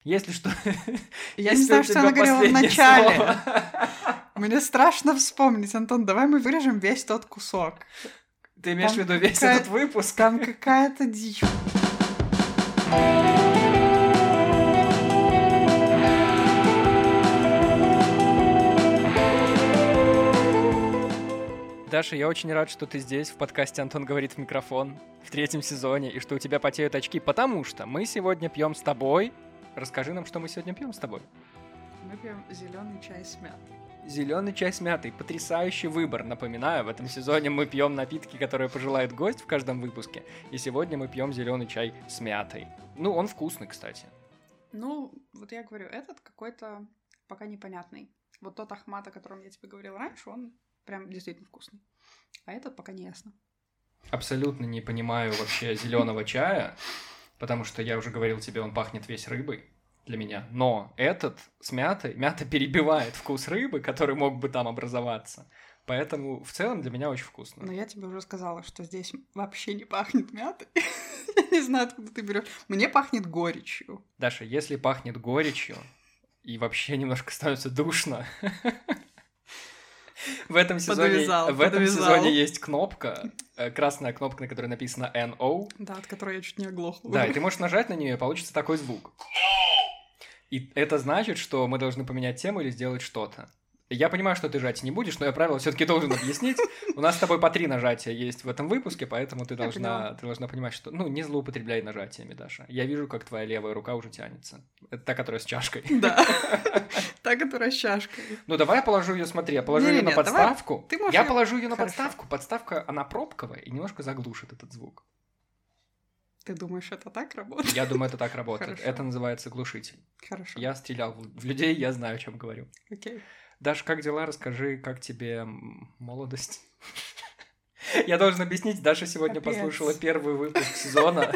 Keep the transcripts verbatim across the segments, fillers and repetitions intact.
Если что... Я не знаю, что она говорила в начале. Мне страшно вспомнить, Антон, давай мы вырежем весь тот кусок. Ты имеешь в виду весь этот выпуск? Там какая-то дичь. Даша, я очень рад, что ты здесь, в подкасте «Антон говорит в микрофон» в третьем сезоне, и что у тебя потеют очки, потому что мы сегодня пьем с тобой. Расскажи нам, что мы сегодня пьем с тобой. Мы пьем зеленый чай с мятой. Зеленый чай с мятой. Потрясающий выбор. Напоминаю, в этом сезоне мы пьем напитки, которые пожелает гость в каждом выпуске. И сегодня мы пьем зеленый чай с мятой. Ну, он вкусный, кстати. Ну, вот я говорю, этот какой-то пока непонятный. Вот тот Ахмат, о котором я тебе говорила раньше, он прям действительно вкусный. А этот пока не ясно. Абсолютно не понимаю вообще зеленого чая, потому что я уже говорил тебе, он пахнет весь рыбой для меня. Но этот с мятой, мята перебивает вкус рыбы, который мог бы там образоваться. Поэтому в целом для меня очень вкусно. Но я тебе уже сказала, что здесь вообще не пахнет мятой. Я не знаю, откуда ты берешь. Мне пахнет горечью. Даша, если пахнет горечью и вообще немножко становится душно... В этом сезоне, подвязал, в этом подвязал. сезоне есть кнопка, красная кнопка, на которой написано эн о. Да, от которой я чуть не оглохла. Да, и ты можешь нажать на нее, и получится такой звук. И это значит, что мы должны поменять тему или сделать что-то. Я понимаю, что ты жать не будешь, но я правила все-таки должен объяснить. У нас с тобой по три нажатия есть в этом выпуске, поэтому ты должна, ты должна понимать, что... Ну, не злоупотребляй нажатиями, Даша. Я вижу, как твоя левая рука уже тянется. Это та, которая с чашкой. Да, та, которая с чашкой. Ну, давай я положу ее, смотри, я положу ее на подставку. Я положу ее на подставку. Подставка, она пробковая и немножко заглушит этот звук. Ты думаешь, это так работает? Я думаю, это так работает. Хорошо. Это называется глушитель. Хорошо. Я стрелял в людей, я знаю, о чем говорю. Окей. Даш, как дела? Расскажи, как тебе молодость? Я должен объяснить, Даша сегодня Капец. послушала первый выпуск сезона.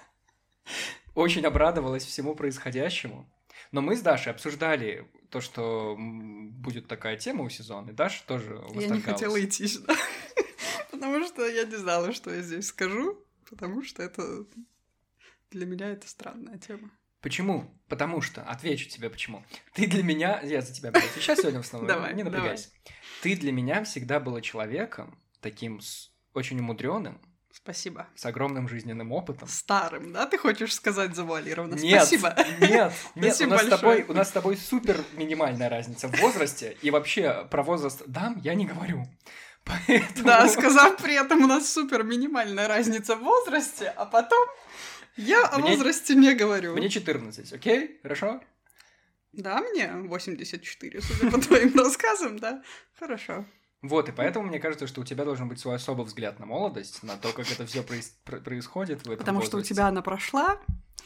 Очень обрадовалась всему происходящему. Но мы с Дашей обсуждали то, что будет такая тема у сезона, и Даша тоже восторгалась. Я не хотела идти сюда, потому что я не знала, что я здесь скажу, потому что это... Для меня это странная тема. Почему? Потому что, отвечу тебе почему. Ты для меня, я за тебя буду отвечать сегодня в основном, Давай, не напрягайся. Давай. Ты для меня всегда была человеком таким с, очень умудренным. Спасибо. С огромным жизненным опытом. Старым, да? Ты хочешь сказать завуалированно? Нет, Спасибо. Нет, нет, Спасибо у, нас с тобой, большое. у нас с тобой супер минимальная разница в возрасте, и вообще про возраст дам я не говорю. Поэтому... Да, сказав при этом, у нас супер минимальная разница в возрасте, а потом... Я о мне, возрасте не говорю. Мне четырнадцать, окей? Хорошо? Да, мне восемьдесят четыре, судя по твоим рассказам, да? Хорошо. Вот, и поэтому мне кажется, что у тебя должен быть свой особый взгляд на молодость, на то, как это все проис- происходит в этом Потому возрасте. что у тебя она прошла,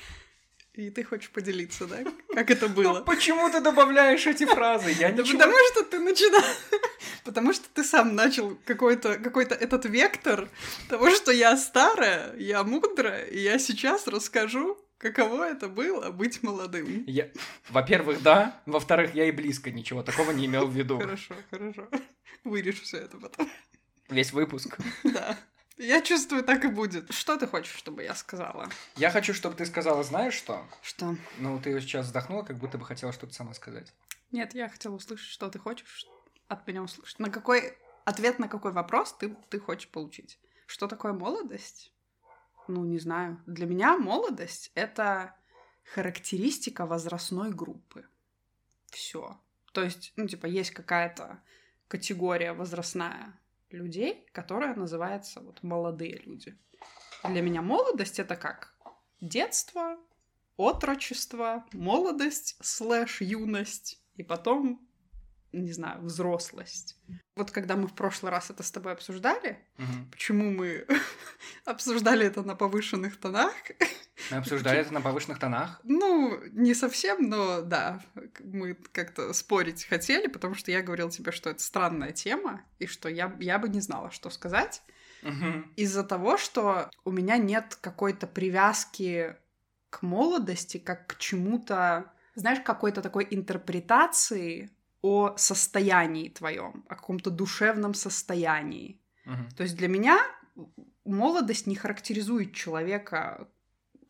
и ты хочешь поделиться, да? Как это было? Ну, почему ты добавляешь эти фразы? Я ничего... Потому что ты начинал... Потому что ты сам начал какой-то, какой-то этот вектор того, что я старая, я мудрая, и я сейчас расскажу, каково это было быть молодым. Я... Во-первых, да. Во-вторых, я и близко ничего такого не имел в виду. Хорошо, хорошо. Вырежь все это потом. Весь выпуск. Да. Я чувствую, так и будет. Что ты хочешь, чтобы я сказала? Я хочу, чтобы ты сказала, знаешь что? Что? Ну, ты сейчас вздохнула, как будто бы хотела что-то сама сказать. Нет, я хотела услышать, что ты хочешь от меня услышать. На какой... Ответ на какой вопрос ты, ты хочешь получить? Что такое молодость? Ну, не знаю. Для меня молодость — это характеристика возрастной группы. Все. То есть, ну, типа, есть какая-то категория возрастная людей, которая называется вот молодые люди. Для меня молодость — это как детство, отрочество, молодость слэш юность, и потом, не знаю, взрослость. Вот когда мы в прошлый раз это с тобой обсуждали, угу. Почему мы обсуждали это на повышенных тонах? Мы обсуждали это на повышенных тонах? Ну, не совсем, но да, мы как-то спорить хотели, потому что я говорила тебе, что это странная тема, и что я, я бы не знала, что сказать. Угу. Из-за того, что у меня нет какой-то привязки к молодости, как к чему-то, знаешь, какой-то такой интерпретации о состоянии твоем, о каком-то душевном состоянии. Угу. То есть для меня молодость не характеризует человека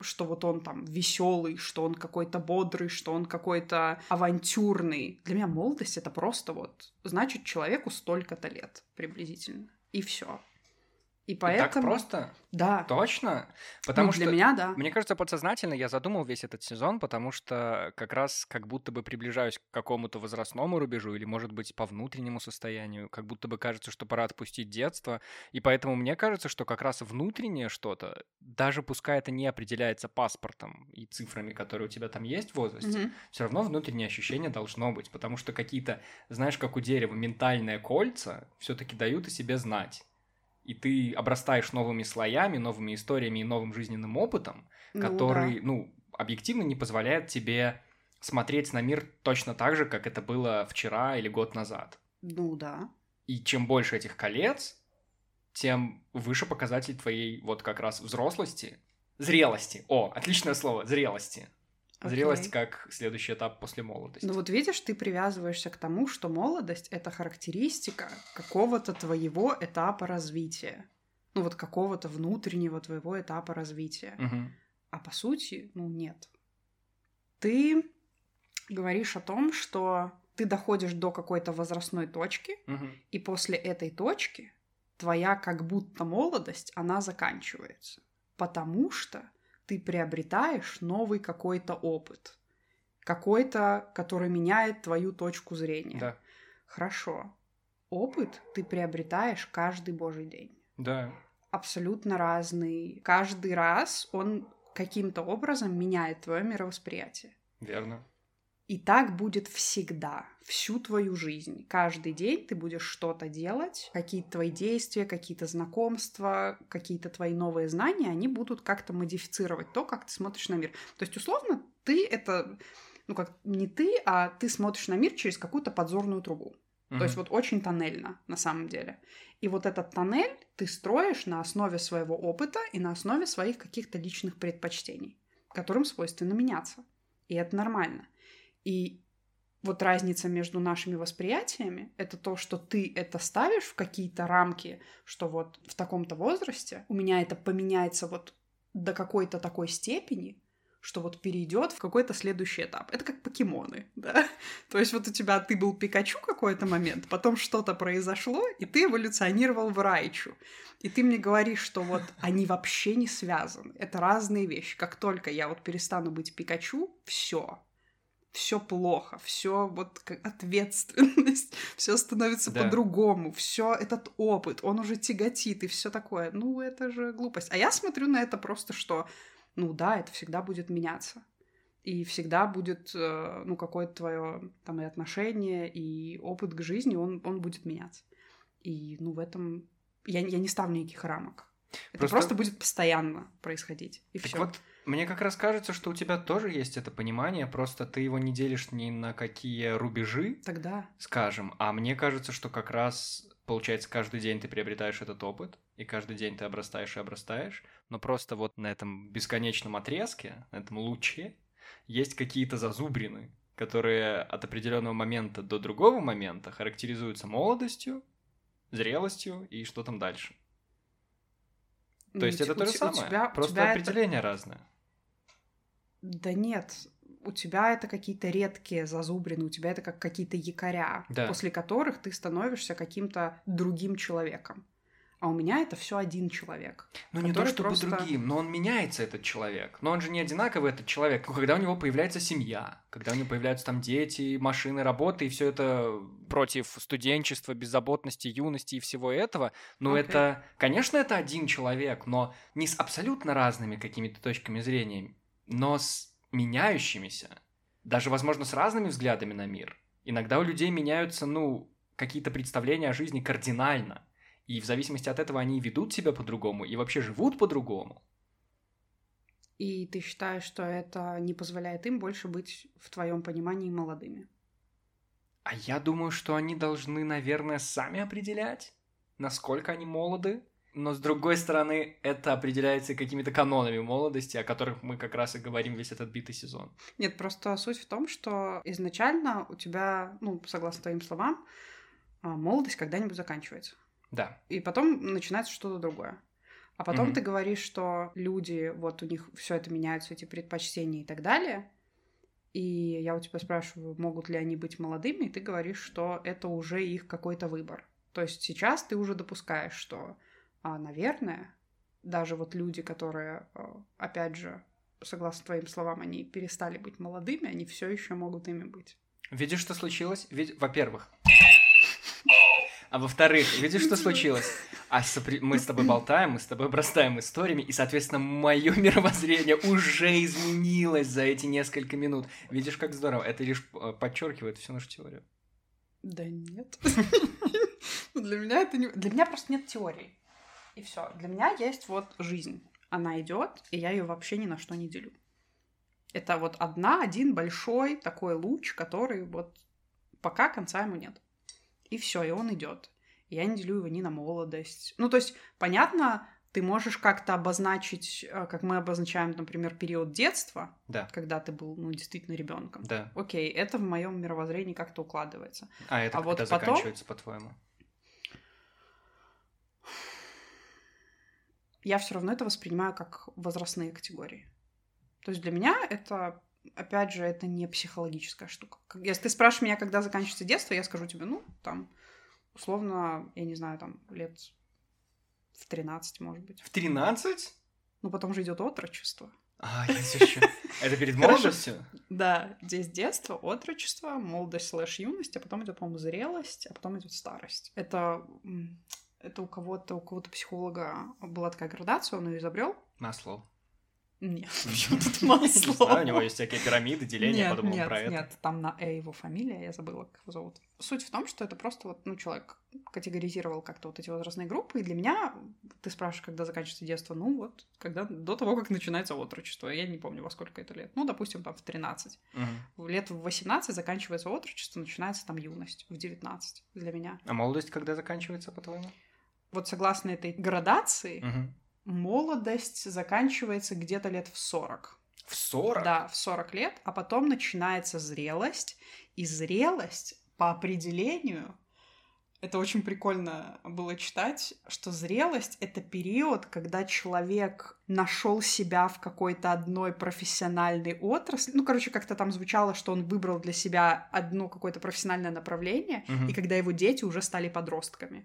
что вот он там веселый, что он какой-то бодрый, что он какой-то авантюрный. Для меня молодость — это просто вот, значит, человеку столько-то лет приблизительно. И все. И поэтому... И так просто? Да. Точно? Потому ну, что, для меня, да. Мне кажется, подсознательно я задумал весь этот сезон, потому что как раз как будто бы приближаюсь к какому-то возрастному рубежу или, может быть, по внутреннему состоянию, как будто бы кажется, что пора отпустить детство, и поэтому мне кажется, что как раз внутреннее что-то, даже пускай это не определяется паспортом и цифрами, которые у тебя там есть в возрасте, Мгм. все равно внутреннее ощущение должно быть, потому что какие-то, знаешь, как у дерева, ментальные кольца все-таки дают о себе знать. И ты обрастаешь новыми слоями, новыми историями и новым жизненным опытом, Ну, который, да. ну, объективно не позволяет тебе смотреть на мир точно так же, как это было вчера или год назад. Ну, да. И чем больше этих колец, тем выше показатель твоей вот как раз взрослости, зрелости. О, отличное слово, зрелости. Зрелость Окей. как следующий этап после молодости. Ну вот видишь, ты привязываешься к тому, что молодость — это характеристика какого-то твоего этапа развития. Ну вот какого-то внутреннего твоего этапа развития. Мгм. А по сути, ну нет. Ты говоришь о том, что ты доходишь до какой-то возрастной точки, Мгм. и после этой точки твоя как будто молодость, она заканчивается. Потому что ты приобретаешь новый какой-то опыт. Какой-то, который меняет твою точку зрения. Да, Хорошо. Опыт ты приобретаешь каждый божий день. да, Абсолютно разный. Каждый раз он каким-то образом меняет твое мировосприятие. верно. И так будет всегда, всю твою жизнь. Каждый день ты будешь что-то делать, какие-то твои действия, какие-то знакомства, какие-то твои новые знания, они будут как-то модифицировать то, как ты смотришь на мир. То есть, условно, ты это, ну как не ты, а ты смотришь на мир через какую-то подзорную трубу. Мгм. То есть вот очень тоннельно на самом деле. И вот этот тоннель ты строишь на основе своего опыта и на основе своих каких-то личных предпочтений, которым свойственно меняться. И это нормально. И вот разница между нашими восприятиями — это то, что ты это ставишь в какие-то рамки, что вот в таком-то возрасте у меня это поменяется вот до какой-то такой степени, что вот перейдет в какой-то следующий этап. Это как покемоны, да? То есть вот у тебя ты был Пикачу какой-то момент, потом что-то произошло, и ты эволюционировал в Райчу. И ты мне говоришь, что вот они вообще не связаны. Это разные вещи. Как только я вот перестану быть Пикачу, все. Все плохо, все вот как ответственность, все становится Да. по-другому, все этот опыт, он уже тяготит и все такое. Ну, это же глупость. А я смотрю на это просто, что, ну да, это всегда будет меняться. И всегда будет, э, ну, какое-то твое там и отношение, и опыт к жизни, он, он будет меняться. И, ну, в этом я, я не ставлю никаких рамок. Это Просто- просто будет постоянно происходить. И Так все. вот, мне как раз кажется, что у тебя тоже есть это понимание, просто ты его не делишь ни на какие рубежи, Тогда. скажем, а мне кажется, что как раз, получается, каждый день ты приобретаешь этот опыт, и каждый день ты обрастаешь и обрастаешь, но просто вот на этом бесконечном отрезке, на этом луче, есть какие-то зазубрины, которые от определенного момента до другого момента характеризуются молодостью, зрелостью и что там дальше. То Ну, есть у это те- то у же те- у самое, тебя- у просто тебя это- определение разное. Да нет, у тебя это какие-то редкие зазубрины, у тебя это как какие-то якоря, Да. после которых ты становишься каким-то другим человеком. А у меня это все один человек. Ну, не то который чтобы просто- другим, но он меняется, этот человек. Но он же не одинаковый, этот человек. Ну, когда у него появляется семья, когда у него появляются там дети, машины, работы, и все это против студенчества, беззаботности, юности и всего этого. Ну, Окей. это, конечно, это один человек, но не с абсолютно разными какими-то точками зрения, но с меняющимися. Даже, возможно, с разными взглядами на мир. Иногда у людей меняются, ну, какие-то представления о жизни кардинально. И в зависимости от этого они ведут себя по-другому и вообще живут по-другому. И ты считаешь, что это не позволяет им больше быть, в твоем понимании, молодыми? А я думаю, что они должны, наверное, сами определять, насколько они молоды. Но, с другой стороны, это определяется какими-то канонами молодости, о которых мы как раз и говорим весь этот битый сезон. Нет, просто суть в том, что изначально у тебя, ну, согласно твоим словам, а, молодость когда-нибудь заканчивается. Да. И потом начинается что-то другое. А потом Мгм. ты говоришь, что люди, вот у них все это меняются, эти предпочтения и так далее. И я у тебя спрашиваю, могут ли они быть молодыми, и ты говоришь, что это уже их какой-то выбор. То есть сейчас ты уже допускаешь, что, а, наверное, даже вот люди, которые, а, опять же, согласно твоим словам, они перестали быть молодыми, они все еще могут ими быть. Видишь, что случилось? Ведь, во-первых. А во-вторых, видишь, что случилось? А сопри- мы с тобой болтаем, мы с тобой обрастаем историями, и, соответственно, мое мировоззрение уже изменилось за эти несколько минут. Видишь, как здорово. Это лишь э, подчеркивает всю нашу теорию. Да нет. Для меня это не... Для меня просто нет теории. И все. Для меня есть вот жизнь. Она идет, и я ее вообще ни на что не делю. Это вот одна, один большой такой луч, который вот пока конца ему нет. И все, и он идет. Я не делю его ни на молодость. Ну, то есть, понятно, ты можешь как-то обозначить, э, как мы обозначаем, например, период детства, Да, когда ты был, ну, действительно ребенком. да. Окей, это в моем мировоззрении как-то укладывается. А это А вот когда потом- заканчивается, по-твоему? Я все равно это воспринимаю как возрастные категории. То есть для меня это, опять же, это не психологическая штука. Как- Если ты спрашиваешь меня, когда заканчивается детство, я скажу тебе, ну, там, условно, я не знаю, там, лет в тринадцать, может быть. В тринадцать? Ну, потом же идет отрочество. А, есть еще. Это перед Хорошо. молодостью? Да, здесь детство, отрочество, молодость слэш юность, а потом идет, по-моему, зрелость, а потом идет старость. Это, м, это у кого-то, у кого-то психолога была такая градация, он ее изобрел. Маслоу. Нет, почему тут Не масло? знаю, у него есть всякие пирамиды, деления, я Нет, подумал нет, про это. нет, там на «э» его фамилия, я забыла, как его зовут. Суть в том, что это просто вот, ну, человек категоризировал как-то вот эти возрастные группы, и для меня, ты спрашиваешь, когда заканчивается детство, ну, вот, когда, до того, как начинается отрочество, я не помню, во сколько это лет, ну, допустим, там, в тринадцать. Мгм. В лет в восемнадцать заканчивается отрочество, начинается там юность, в девятнадцать для меня. А молодость когда заканчивается, по-твоему? Вот согласно этой градации, Мгм. молодость заканчивается где-то лет в сорок. В сорок? Да, в сорок лет, а потом начинается зрелость. И зрелость, по определению, это очень прикольно было читать, что зрелость — это период, когда человек нашел себя в какой-то одной профессиональной отрасли. Ну, короче, как-то там звучало, что он выбрал для себя одно какое-то профессиональное направление, Мгм. и когда его дети уже стали подростками.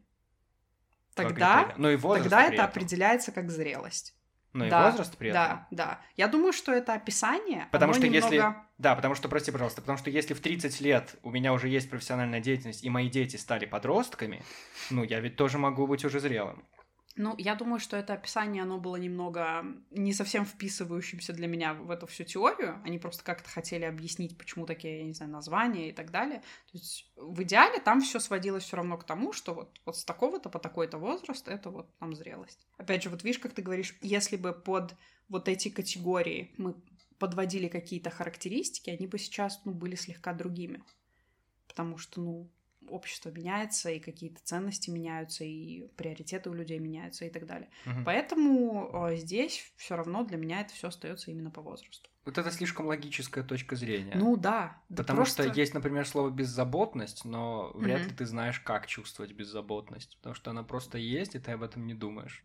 Как Тогда, критерий. Ну и возраст тогда при это этом. определяется как зрелость. Ну и Да, возраст при этом. Да, да. Я думаю, что это описание, Потому оно что немного... если... Да, потому что, прости, пожалуйста, потому что если в тридцать лет у меня уже есть профессиональная деятельность, и мои дети стали подростками, ну, я ведь тоже могу быть уже зрелым. Ну, я думаю, что это описание, оно было немного не совсем вписывающимся для меня в эту всю теорию. Они просто как-то хотели объяснить, почему такие, я не знаю, названия и так далее. То есть в идеале там все сводилось все равно к тому, что вот, вот с такого-то по такой-то возраст это вот там зрелость. Опять же, вот видишь, как ты говоришь, если бы под вот эти категории мы подводили какие-то характеристики, они бы сейчас, ну, были слегка другими. Потому что, ну, общество меняется, и какие-то ценности меняются, и приоритеты у людей меняются, и так далее. Мгм. Поэтому э, здесь все равно для меня это все остается именно по возрасту. Вот это слишком логическая точка зрения. Ну да. да Потому просто... что есть, например, слово беззаботность, но вряд Мгм. ли ты знаешь, как чувствовать беззаботность. Потому что она просто есть, и ты об этом не думаешь.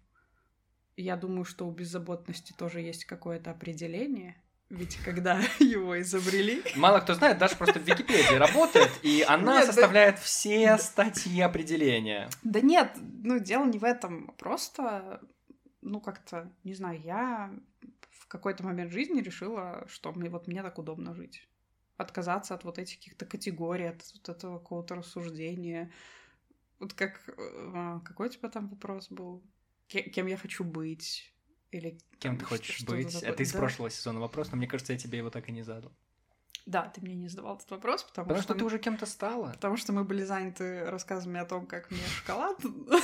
Я думаю, что у беззаботности тоже есть какое-то определение. Ведь когда его изобрели... Мало кто знает, Даша просто в Википедии работает, и она Нет, да- составляет все статьи определения. Да нет, ну дело не в этом. Просто, ну как-то, не знаю, я в какой-то момент жизни решила, что мне, вот мне так удобно жить. Отказаться от вот этих каких-то категорий, от вот этого какого-то рассуждения. Вот как... э, Какой у тебя там вопрос был? Ке- Кем я хочу быть? Или Кем там ты что- хочешь что-то быть? такое. Это из Да. прошлого сезона вопрос, но мне кажется, я тебе его так и не задал. Да, ты мне не задавал этот вопрос, потому, Потому что что ты уже кем-то стала. Потому что мы были заняты рассказами о том, как мне шоколад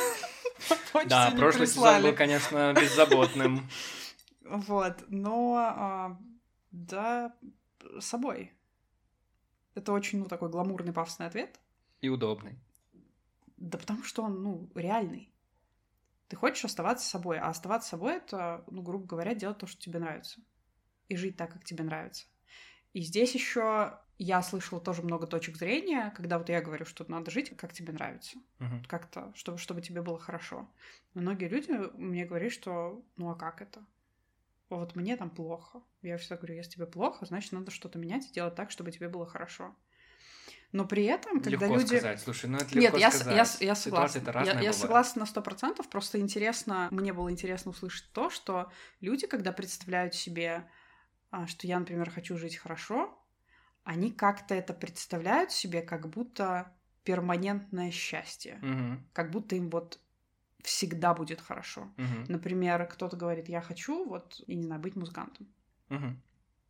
по почте Да, не прошлый сезон прислали. был, конечно, беззаботным. Вот, но а, да, с собой. Это очень, ну, такой гламурный, пафосный ответ. И удобный. Да потому что он, ну, реальный. Ты хочешь оставаться собой, а оставаться собой — это, ну, грубо говоря, делать то, что тебе нравится. И жить так, как тебе нравится. И здесь еще я слышала тоже много точек зрения, когда вот я говорю, что надо жить, как тебе нравится, Мгм. как-то, чтобы, чтобы тебе было хорошо. Многие люди мне говорят, что ну а как это? Вот мне там плохо. Я всегда говорю, если тебе плохо, значит, надо что-то менять и делать так, чтобы тебе было хорошо. Но при этом, когда Легко люди... сказать, слушай, ну это Нет, легко я, с- сказать. я, с- я согласна. Ситуации-то разные Я, я бывают. согласна на сто процентов. Просто интересно, мне было интересно услышать то, что люди, когда представляют себе, а, что я, например, хочу жить хорошо, они как-то это представляют себе как будто перманентное счастье. Мгм. Как будто им вот всегда будет хорошо. Мгм. Например, кто-то говорит, я хочу, вот, я не знаю, быть музыкантом. Мгм.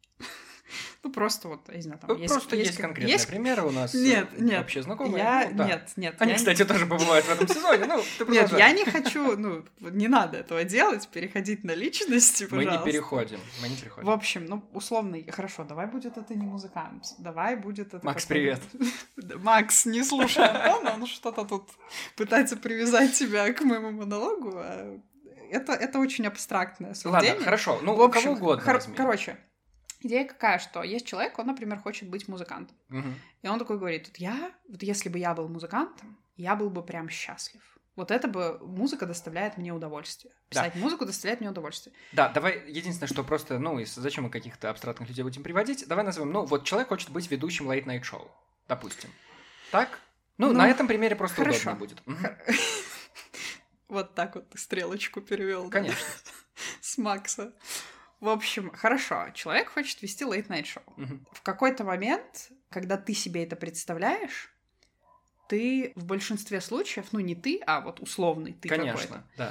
Ну, просто вот, я не знаю, там Ну, есть... Просто есть, как- конкретные есть- примеры у нас. Нет, э, нет. Вообще знакомые. Я... Ну, да. Нет, нет. Они, я не- кстати, тоже побывают в этом сезоне. Ну, ты Нет, продолжай. я не хочу, ну, не надо этого делать, переходить на личности, Мы пожалуйста. не переходим. Мы не переходим. В общем, ну, условно, хорошо, давай будет это не музыкант, давай будет это... Макс, какой-то- привет. Да, Макс, не слушай Антона, он что-то тут пытается привязать тебя к моему монологу. а Это, это очень абстрактное суждение. Ладно, хорошо. Ну, В у общем, кого угодно хор- возьми. короче, идея какая, что есть человек, он, например, хочет быть музыкантом. Мгм. И он такой говорит, вот я, вот если бы я был музыкантом, я был бы прям счастлив. Вот это бы музыка доставляет мне удовольствие. Да. Писать музыку доставляет мне удовольствие. Да, давай, единственное, что просто, ну, из- зачем мы каких-то абстрактных людей будем приводить, давай назовем, ну, вот человек хочет быть ведущим late-night шоу, допустим. Так? Ну, Ну, на этом примере просто хорошо. удобнее будет. Мгм. Хор- Вот так вот ты стрелочку перевел. Конечно. С Макса. В общем, хорошо, человек хочет вести late-night шоу. Мгм. В какой-то момент, когда ты себе это представляешь, ты в большинстве случаев, ну не ты, а вот условный ты какой-то, Конечно, да.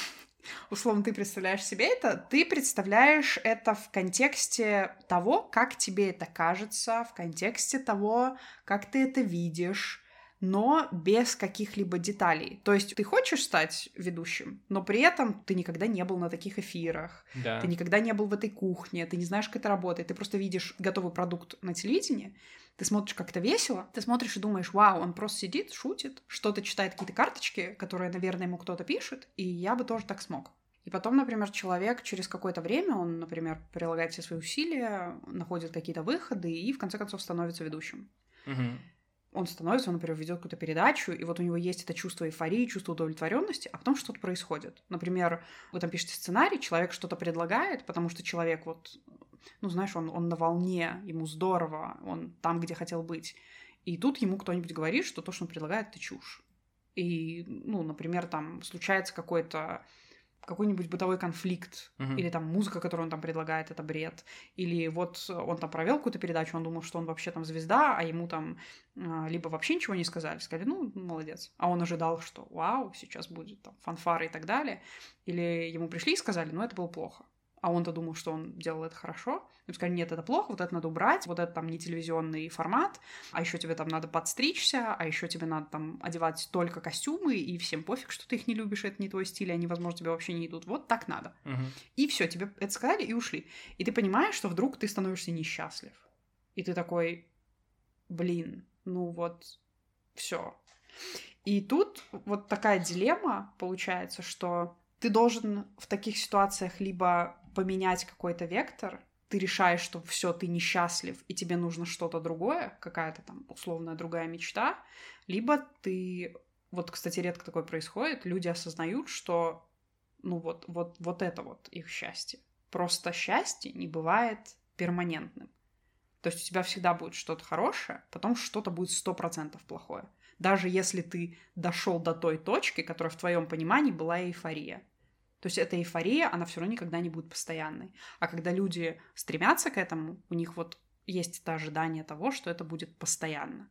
условно ты представляешь себе это, ты представляешь это в контексте того, как тебе это кажется, в контексте того, как ты это видишь, но без каких-либо деталей. То есть ты хочешь стать ведущим, но при этом ты никогда не был на таких эфирах, Да. ты никогда не был в этой кухне, ты не знаешь, как это работает, ты просто видишь готовый продукт на телевидении, ты смотришь, как это весело, ты смотришь и думаешь, вау, он просто сидит, шутит, что-то читает, какие-то карточки, которые, наверное, ему кто-то пишет, и я бы тоже так смог. И потом, например, человек через какое-то время, он, например, прилагает все свои усилия, находит какие-то выходы и, в конце концов, становится ведущим. Мгм. Он становится, он, например, ведет какую-то передачу, и вот у него есть это чувство эйфории, чувство удовлетворенности, а потом что-то происходит. Например, вы там пишете сценарий, человек что-то предлагает, потому что человек вот, ну, знаешь, он, он на волне, ему здорово, он там, где хотел быть. И тут ему кто-нибудь говорит, что то, что он предлагает, это чушь. И, ну, например, там случается какой-то какой-нибудь бытовой конфликт, Мгм. или там музыка, которую он там предлагает, это бред, или вот он там провел какую-то передачу, он думал, что он вообще там звезда, а ему там а, либо вообще ничего не сказали, сказали, ну, молодец, а он ожидал, что вау, сейчас будет там фанфары и так далее, или ему пришли и сказали, ну, это было плохо, а он-то думал, что он делал это хорошо, им сказали, нет, это плохо, вот это надо убрать, вот это там не телевизионный формат, а еще тебе там надо подстричься, а еще тебе надо там одевать только костюмы, и всем пофиг, что ты их не любишь, это не твой стиль, они, возможно, тебе вообще не идут, вот так надо. Мгм. И все, тебе это сказали и ушли. И ты понимаешь, что вдруг ты становишься несчастлив. И ты такой, блин, ну вот, все. И тут вот такая дилемма получается, что ты должен в таких ситуациях либо поменять какой-то вектор, ты решаешь, что все, ты несчастлив, и тебе нужно что-то другое, какая-то там условная другая мечта, либо ты... Вот, кстати, редко такое происходит, люди осознают, что ну вот, вот, вот это вот их счастье. Просто счастье не бывает перманентным. То есть у тебя всегда будет что-то хорошее, потом что-то будет сто процентов плохое. Даже если ты дошел до той точки, которая в твоем понимании была эйфория. То есть эта эйфория, она все равно никогда не будет постоянной. А когда люди стремятся к этому, у них вот есть это ожидание того, что это будет постоянно.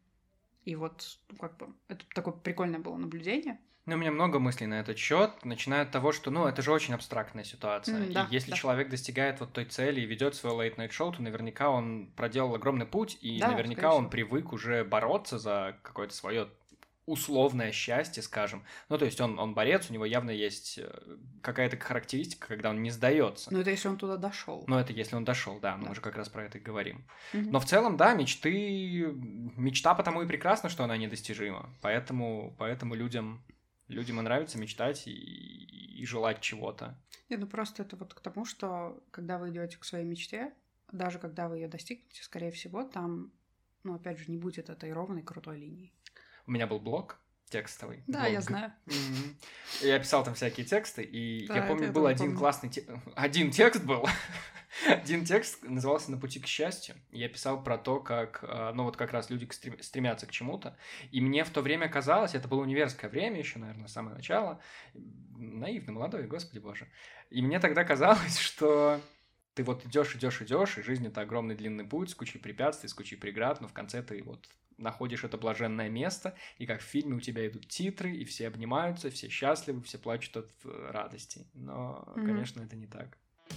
И вот, ну, как бы, это такое прикольное было наблюдение. Ну, у меня много мыслей на этот счет, начиная от того, что, ну, это же очень абстрактная ситуация. М, да, и если да. человек достигает вот той цели и ведет свое late-night шоу, то наверняка он проделал огромный путь, и Да, наверняка скорее он всего. привык уже бороться за какое-то свое условное счастье, скажем. Ну, то есть он, он борец, у него явно есть э, какая-то характеристика, когда он не сдается. Ну, это если он туда дошел. Но это если он дошел, да, мы Да. уже как раз про это и говорим. Мгм. Но в целом, да, мечты... Мечта потому и прекрасна, что она недостижима. Поэтому, поэтому людям, людям и нравится мечтать и, и желать чего-то. Не, ну просто это вот к тому, что когда вы идете к своей мечте, даже когда вы ее достигнете, скорее всего, там, ну, опять же, не будет этой ровной крутой линии. У меня был блог текстовый. Да, блог. я знаю. Mm-hmm. Я писал там всякие тексты, и да, я помню, я был один помню. классный... Те... Один текст был. Один текст назывался «На пути к счастью». Я писал про то, как, ну, вот как раз люди стремятся к чему-то. И мне в то время казалось, это было универское время еще, наверное, самое начало. Наивно, молодой, господи боже. И мне тогда казалось, что ты вот идешь, идешь, идешь, и жизнь — это огромный длинный путь с кучей препятствий, с кучей преград, но в конце ты вот находишь это блаженное место, и как в фильме у тебя идут титры, и все обнимаются, все счастливы, все плачут от радости. Но, mm-hmm. конечно, это не так.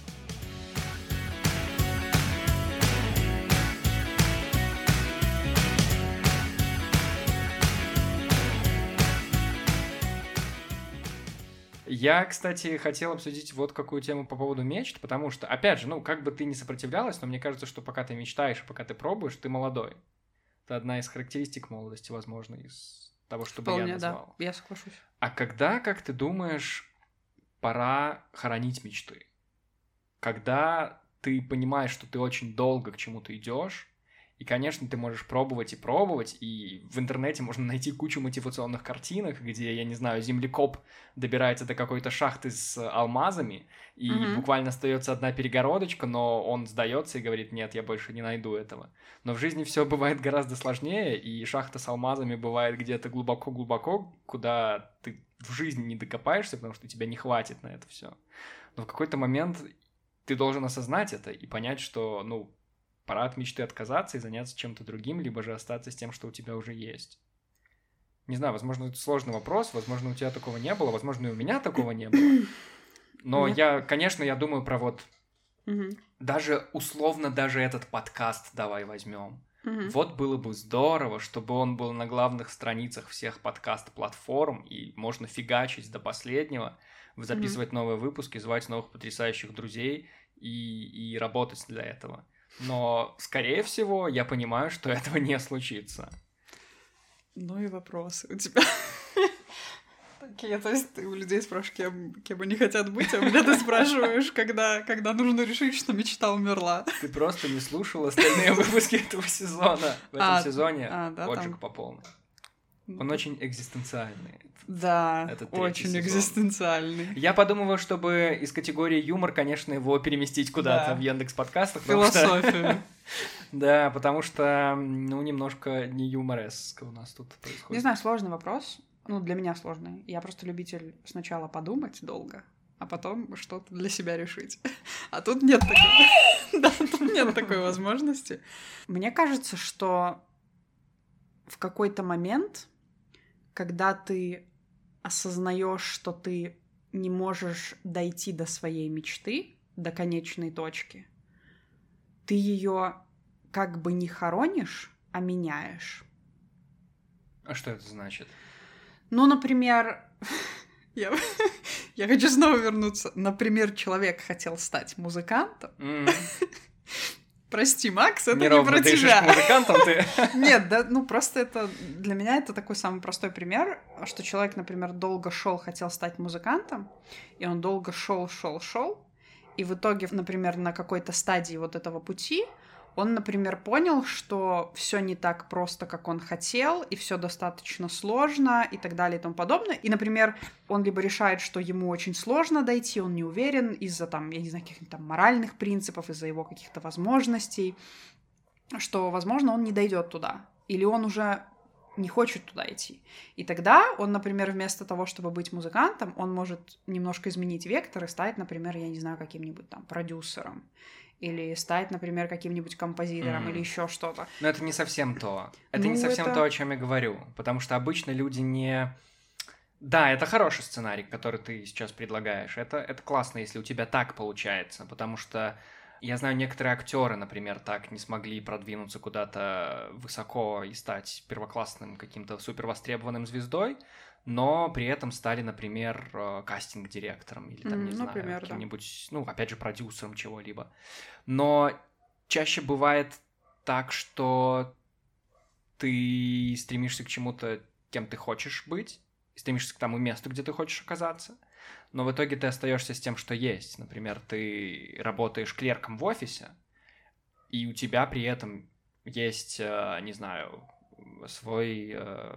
Я, кстати, хотел обсудить вот какую тему по поводу мечт, потому что, опять же, ну, как бы ты ни сопротивлялась, но мне кажется, что пока ты мечтаешь, пока ты пробуешь, ты молодой. Это одна из характеристик молодости, возможно, из того, что бы я назвал. Да, я соглашусь. А когда, как ты думаешь, пора хоронить мечты? Когда ты понимаешь, что ты очень долго к чему-то идешь, и, конечно, ты можешь пробовать и пробовать, и в интернете можно найти кучу мотивационных картинок, где, я не знаю, землекоп добирается до какой-то шахты с алмазами, и mm-hmm. буквально остается одна перегородочка, но он сдается и говорит: нет, я больше не найду этого. Но в жизни все бывает гораздо сложнее, и шахта с алмазами бывает где-то глубоко-глубоко, куда ты в жизни не докопаешься, потому что тебя не хватит на это все. Но в какой-то момент ты должен осознать это и понять, что, ну, пора от мечты отказаться и заняться чем-то другим, либо же остаться с тем, что у тебя уже есть. Не знаю, возможно, это сложный вопрос, возможно, у тебя такого не было, возможно, и у меня такого не было. Но Нет. я, конечно, я думаю про вот угу. даже условно даже этот подкаст давай возьмем. Угу. Вот было бы здорово, чтобы он был на главных страницах всех подкаст-платформ, и можно фигачить до последнего, записывать угу. новые выпуски, звать новых потрясающих друзей и, и работать для этого. Но, скорее всего, я понимаю, что этого не случится. Ну и вопросы у тебя. Такие, то есть ты у людей спрашиваешь, кем, кем они хотят быть, а у меня ты спрашиваешь, когда, когда нужно решить, что мечта умерла. Ты просто не слушал остальные выпуски этого сезона. В этом а, сезоне а, да, отжиг там... по полной. Он ну, очень экзистенциальный. Да, очень сезон. экзистенциальный. Я подумываю, чтобы из категории юмор, конечно, его переместить куда-то да. в Яндекс.Подкастах. Философию. Да, потому что, ну, немножко не юмореско у нас тут происходит. Не знаю, сложный вопрос. Ну, для меня сложный. Я просто любитель сначала подумать долго, а потом что-то для себя решить. А тут нет такой... Да, тут нет такой возможности. Мне кажется, что в какой-то момент, когда ты осознаешь, что ты не можешь дойти до своей мечты, до конечной точки, ты ее как бы не хоронишь, а меняешь. А что это значит? Ну, например, я, я хочу снова вернуться. Например, человек хотел стать музыкантом. Mm-hmm. Прости, Макс, это Неровно не про тебя. Музыкантом ты. Нет, да, ну просто это для меня это такой самый простой пример, что человек, например, долго шел, хотел стать музыкантом, и он долго шел, шел, шел, и в итоге, например, на какой-то стадии вот этого пути он, например, понял, что все не так просто, как он хотел, и все достаточно сложно, и так далее, и тому подобное. И, например, он либо решает, что ему очень сложно дойти, он не уверен из-за, там, я не знаю, каких-то там моральных принципов, из-за его каких-то возможностей, что, возможно, он не дойдет туда. Или он уже не хочет туда идти. И тогда он, например, вместо того, чтобы быть музыкантом, он может немножко изменить вектор и стать, например, я не знаю, каким-нибудь там продюсером. Или стать, например, каким-нибудь композитором, mm. или еще что-то. Но это не совсем то. Это ну, не совсем это... то, о чем я говорю. Потому что обычно люди не... Да, это хороший сценарий, который ты сейчас предлагаешь. Это, это классно, если у тебя так получается. Потому что я знаю, некоторые актеры, например, так не смогли продвинуться куда-то высоко и стать первоклассным каким-то супервостребованным звездой, но при этом стали, например, кастинг-директором или, там, mm, не например, знаю, каким-нибудь, да. ну, опять же, продюсером чего-либо. Но чаще бывает так, что ты стремишься к чему-то, кем ты хочешь быть, стремишься к тому месту, где ты хочешь оказаться, но в итоге ты остаешься с тем, что есть. Например, ты работаешь клерком в офисе, и у тебя при этом есть, не знаю, свой...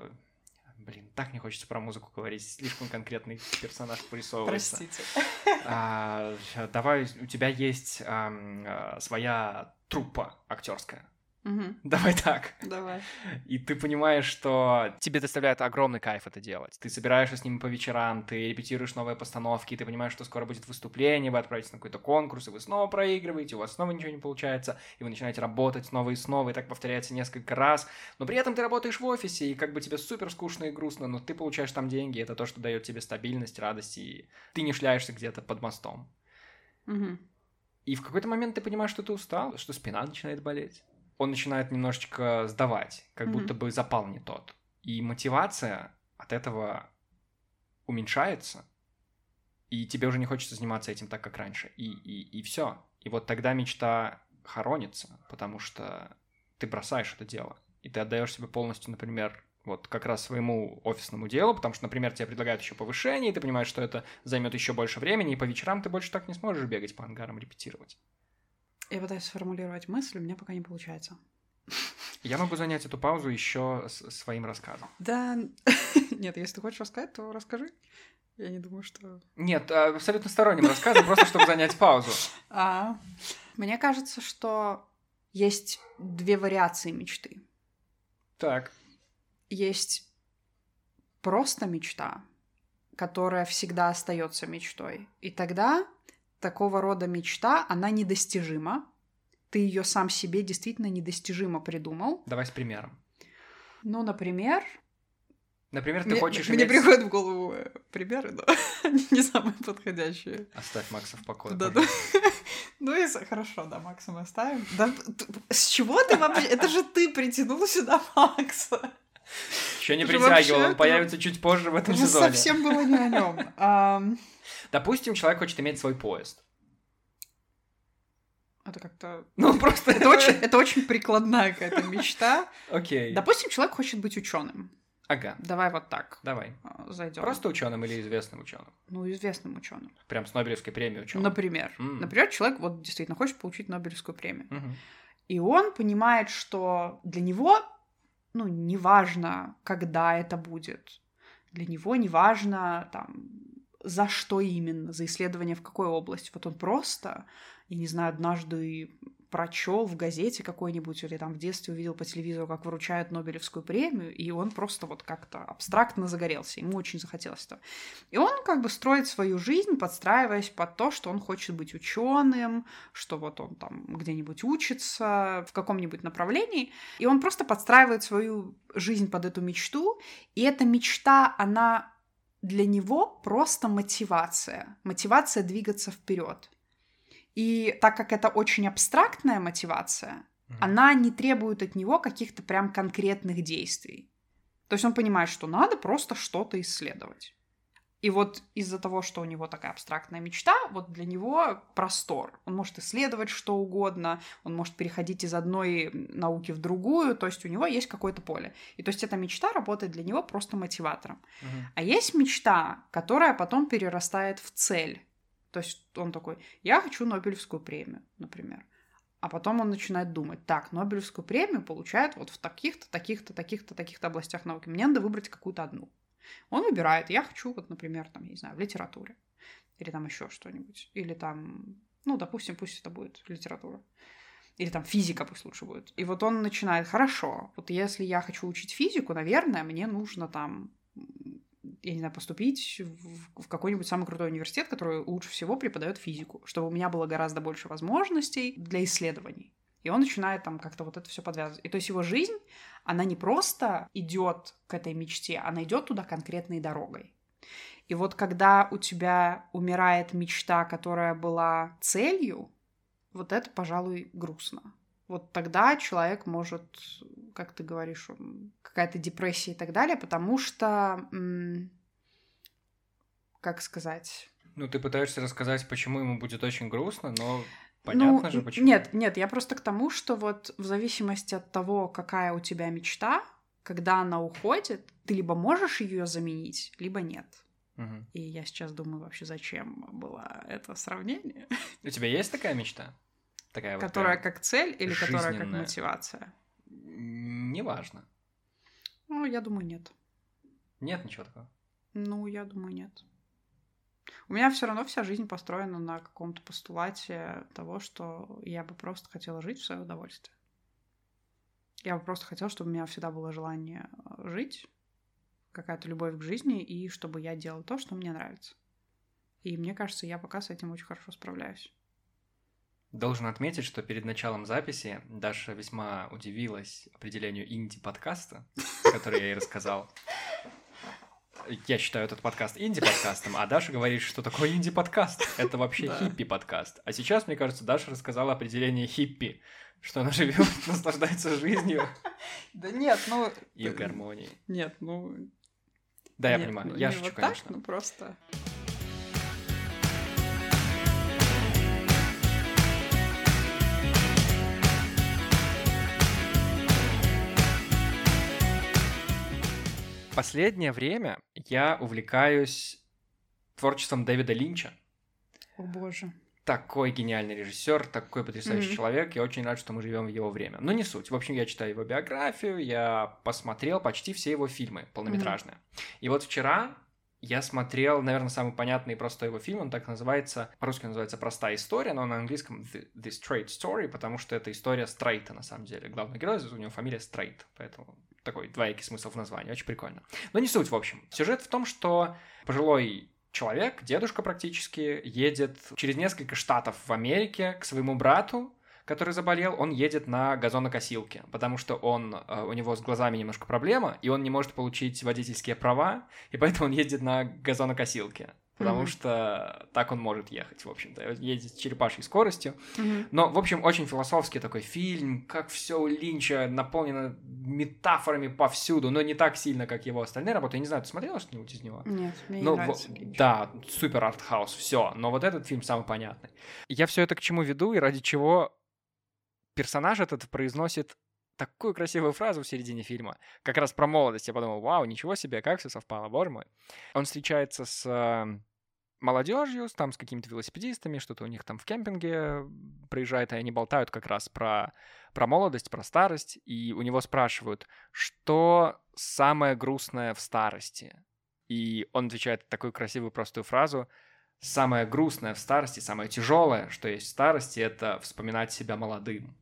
Блин, так не хочется про музыку говорить, слишком конкретный персонаж вырисовывается. Простите. А, давай, у тебя есть а, своя труппа актерская. Угу. Давай так. Давай. И ты понимаешь, что тебе доставляет огромный кайф это делать. Ты собираешься с ними по вечерам, ты репетируешь новые постановки, ты понимаешь, что скоро будет выступление, вы отправитесь на какой-то конкурс, и вы снова проигрываете, у вас снова ничего не получается, и вы начинаете работать снова и снова, и так повторяется несколько раз. Но при этом ты работаешь в офисе, и как бы тебе супер скучно и грустно, но ты получаешь там деньги, это то, что дает тебе стабильность, радость, и ты не шляешься где-то под мостом. Угу. И в какой-то момент ты понимаешь, что ты устал, что спина начинает болеть. Он начинает немножечко сдавать, как mm-hmm. будто бы запал не тот. И мотивация от этого уменьшается, и тебе уже не хочется заниматься этим так, как раньше. И, и, и все. И вот тогда мечта хоронится, потому что ты бросаешь это дело, и ты отдаешь себе полностью, например, вот как раз своему офисному делу, потому что, например, тебе предлагают еще повышение, и ты понимаешь, что это займет еще больше времени, и по вечерам ты больше так не сможешь бегать по ангарам, репетировать. Я пытаюсь сформулировать мысль, у меня пока не получается. Я могу занять эту паузу еще своим рассказом. Да, нет, если ты хочешь рассказать, то расскажи. Я не думаю, что... Нет, абсолютно сторонним рассказом, просто чтобы занять паузу. А, мне кажется, что есть две вариации мечты. Так. Есть просто мечта, которая всегда остается мечтой. И тогда... Такого рода мечта, она недостижима. Ты ее сам себе действительно недостижимо придумал. Давай с примером. Ну, например... Например, ты мне, хочешь мне иметь... Мне приходят в голову примеры, но не самые подходящие. Оставь Макса в покое, да, да. Ну, и хорошо, да, Макса мы оставим. Да, с чего ты вообще... Это же ты притянул сюда Макса. Еще не притягивал, он появится чуть позже в этом сезоне. Совсем было не о нем. Допустим, человек хочет иметь свой поезд. Это как-то... Ну, просто... Это очень, это очень прикладная какая-то мечта. Окей. Допустим, человек хочет быть ученым. Ага. Давай вот так. Давай. Зайдем. Просто ученым или известным ученым? Ну, известным ученым. Прям с Нобелевской премией ученым. Например. Mm. Например, человек вот действительно хочет получить Нобелевскую премию. Mm-hmm. И он понимает, что для него, ну, неважно, когда это будет. Для него неважно, там, за что именно, за исследование в какой области. Вот он просто, я не знаю, однажды прочел в газете какой-нибудь или там в детстве увидел по телевизору, как вручают Нобелевскую премию, и он просто вот как-то абстрактно загорелся, ему очень захотелось этого. И он как бы строит свою жизнь, подстраиваясь под то, что он хочет быть ученым, что вот он там где-нибудь учится в каком-нибудь направлении, и он просто подстраивает свою жизнь под эту мечту, и эта мечта, она для него просто мотивация, мотивация двигаться вперед. И так как это очень абстрактная мотивация, mm-hmm. она не требует от него каких-то прям конкретных действий. То есть он понимает, что надо просто что-то исследовать. И вот из-за того, что у него такая абстрактная мечта, вот для него простор. Он может исследовать что угодно, он может переходить из одной науки в другую, то есть у него есть какое-то поле. И то есть эта мечта работает для него просто мотиватором. Mm-hmm. А есть мечта, которая потом перерастает в цель. То есть он такой, я хочу Нобелевскую премию, например. А потом он начинает думать, так, Нобелевскую премию получают вот в таких-то, таких-то, таких-то, таких-то областях науки. Мне надо выбрать какую-то одну. Он выбирает, я хочу, вот, например, там, я не знаю, в литературе. Или там еще что-нибудь. Или там, ну, допустим, пусть это будет литература. Или там физика пусть лучше будет. И вот он начинает, хорошо, вот если я хочу учить физику, наверное, мне нужно там... я не знаю, поступить в, в какой-нибудь самый крутой университет, который лучше всего преподает физику, чтобы у меня было гораздо больше возможностей для исследований. И он начинает там как-то вот это все подвязывать. И то есть его жизнь, она не просто идет к этой мечте, она идет туда конкретной дорогой. И вот когда у тебя умирает мечта, которая была целью, вот это, пожалуй, грустно. Вот тогда человек может, как ты говоришь, какая-то депрессия и так далее, потому что, м- как сказать... Ну, ты пытаешься рассказать, почему ему будет очень грустно, но понятно ну, же, почему. Нет, нет, я просто к тому, что вот в зависимости от того, какая у тебя мечта, когда она уходит, ты либо можешь ее заменить, либо нет. Угу. И я сейчас думаю вообще, зачем было это сравнение. У тебя есть такая мечта? Такая которая вот как цель или которая как жизненная. мотивация? Неважно. Ну, я думаю, нет. Нет ничего такого? Ну, я думаю, нет. У меня все равно вся жизнь построена на каком-то постулате того, что я бы просто хотела жить в свое удовольствие. Я бы просто хотела, чтобы у меня всегда было желание жить, какая-то любовь к жизни, и чтобы я делала то, что мне нравится. И мне кажется, я пока с этим очень хорошо справляюсь. Должен отметить, что перед началом записи Даша весьма удивилась определению инди-подкаста, который я ей рассказал. Я считаю этот подкаст инди-подкастом, а Даша говорит, что такое инди-подкаст. Это вообще хиппи-подкаст. А сейчас, мне кажется, Даша рассказала определение хиппи, что она живет, наслаждается жизнью. Да нет, ну... И в гармонии. Нет, ну... Да, я понимаю. Я шучу, конечно. Ну, просто... Последнее время я увлекаюсь творчеством Дэвида Линча. О боже. Такой гениальный режиссер, такой потрясающий Mm-hmm. человек. Я очень рад, что мы живем в его время. Но не суть. В общем, я читаю его биографию, я посмотрел почти все его фильмы полнометражные. Mm-hmm. И вот вчера я смотрел, наверное, самый понятный и простой его фильм. Он так называется, по-русски называется «Простая история», но на английском The, The Straight Story, потому что это история Стрейта, на самом деле. Главный герой, у него фамилия Стрейт, поэтому... Такой двоякий смысл в названии, очень прикольно. Но не суть, в общем. Сюжет в том, что пожилой человек, дедушка практически, едет через несколько штатов в Америке к своему брату, который заболел. Он едет на газонокосилке, потому что он, у него с глазами немножко проблема, и он не может получить водительские права, и поэтому он ездит на газонокосилке. Потому mm-hmm. что так он может ехать, в общем-то, ездить с черепашьей скоростью. Mm-hmm. Но, в общем, очень философский такой фильм, как все у Линча наполнено метафорами повсюду, но не так сильно, как его остальные работы. Я не знаю, ты смотрела что-нибудь из него? Нет, мне ну, не нравится в... Линч. Да, супер артхаус, все. Но вот этот фильм самый понятный. Я все это к чему веду и ради чего персонаж этот произносит такую красивую фразу в середине фильма, как раз про молодость. Я подумал, вау, ничего себе, как все совпало, боже мой. Он встречается с молодежью, там с какими-то велосипедистами, что-то у них там в кемпинге проезжает, и они болтают как раз про, про молодость, про старость, и у него спрашивают, что самое грустное в старости? И он отвечает такую красивую простую фразу: самое грустное в старости, самое тяжелое, что есть в старости, это вспоминать себя молодым.